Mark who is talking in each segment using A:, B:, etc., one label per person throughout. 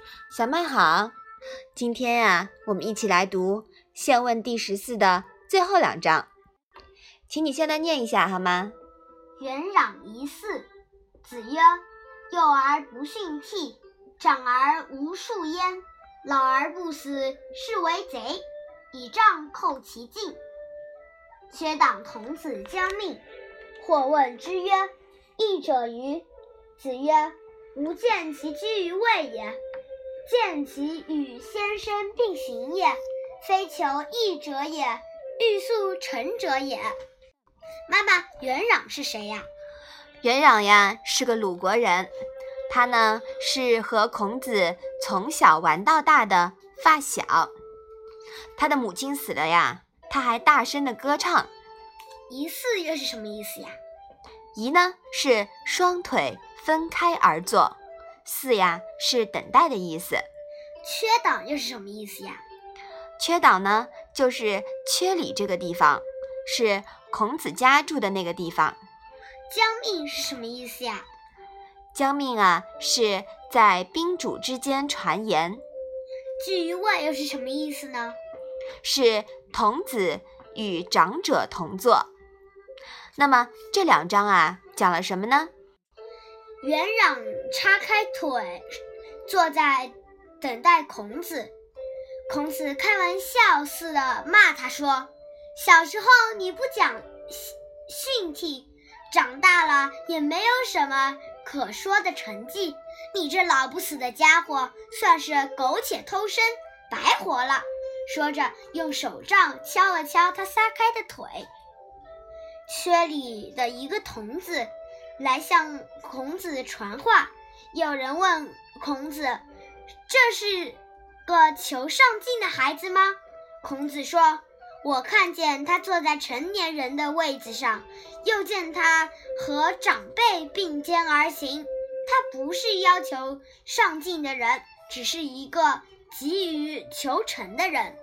A: 小麦好，今天呀，我们一起来读宪问第14的最后2章，请你先来念一下好吗？
B: 元攘夷四，子曰：幼而不训悌，长而无术焉，老而不死，是为贼。以杖扣其颈。薛党童子将命，或问之曰：义者欤？子曰：吾见其居于位也，见其与先生并行也，非求义者也，欲速成者也。妈妈，元攘是谁呀？
A: 元攘呀是个鲁国人，他呢是和孔子从小玩到大的发小。他的母亲死了呀，他还大声的歌唱。
B: 夷四又是什么意思呀？
A: 夷呢是双腿分开而坐，四呀是等待的意思。
B: 缺党又是什么意思呀？
A: 缺党呢就是缺里这个地方，是孔子家住的那个地方。
B: 将命是什么意思呀？
A: 将命啊是在宾主之间传言。
B: 居于位又是什么意思呢？
A: 是童子与长者同坐。那么这2章啊讲了什么呢？
B: 元攘叉开腿坐在等待孔子，孔子开玩笑似的骂他说：小时候你不讲训悌，长大了也没有什么可说的成绩，你这老不死的家伙，算是苟且偷生，白活了。说着用手杖敲了敲他撒开的腿。薛里的一个童子来向孔子传话，有人问孔子：这是个求上进的孩子吗？孔子说：我看见他坐在成年人的位子上，又见他和长辈并肩而行，他不是要求上进的人，只是一个急于求成的人。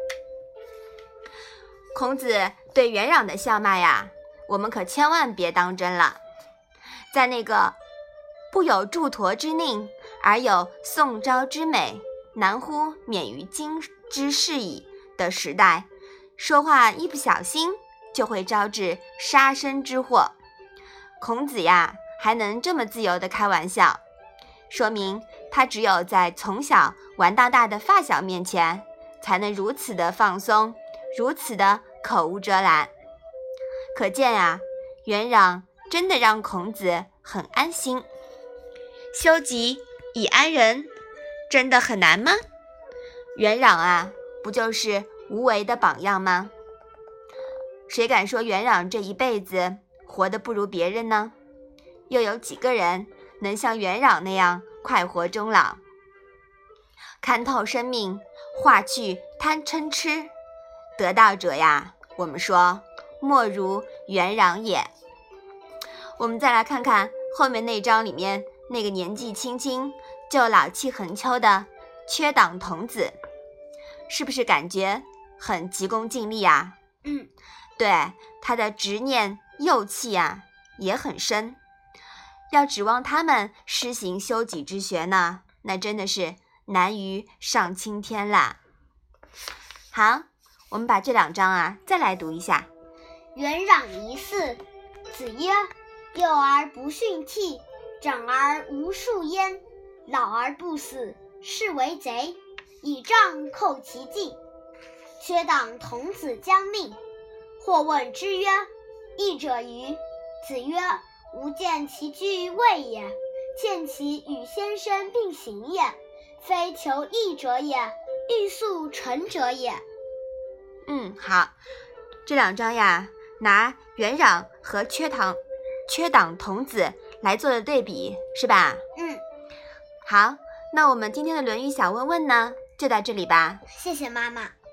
A: 孔子对元攘的笑骂呀，我们可千万别当真了。在那个不有祝驮之佞，而有宋昭之美，难乎免于今之事矣的时代，说话一不小心就会招致杀身之祸。孔子呀还能这么自由地开玩笑，说明他只有在从小玩到大的发小面前才能如此的放松，如此的口无遮拦。可见呀，元攘真的让孔子很安心。修己以安人，真的很难吗？元攘啊，不就是无为的榜样吗？谁敢说元攘这一辈子活得不如别人呢？又有几个人能像元攘那样快活终老？看透生命，化去贪嗔痴，得道者呀，我们说莫如元攘也。我们再来看看后面那章里面那个年纪轻轻就老气横秋的缺党童子，是不是感觉很急功近利啊？对，他的执念幼气啊也很深。要指望他们施行修己之学呢，那真的是难于上青天啦。好，我们把这2章啊再来读一下。
B: 元攘夷四，子曰：幼而不训悌，长而无术焉，老而不死，是为贼。以杖扣其颈。薛党童子将命，或问之曰：义者欤？子曰：吾见其居于位也，见其与先生并行也，非求义者也，欲速成者也。
A: 好，这2章呀拿元攘和缺党童子来做的对比，是吧？
B: 好，
A: 那我们今天的论语小问问呢就到这里吧。
B: 谢谢妈妈。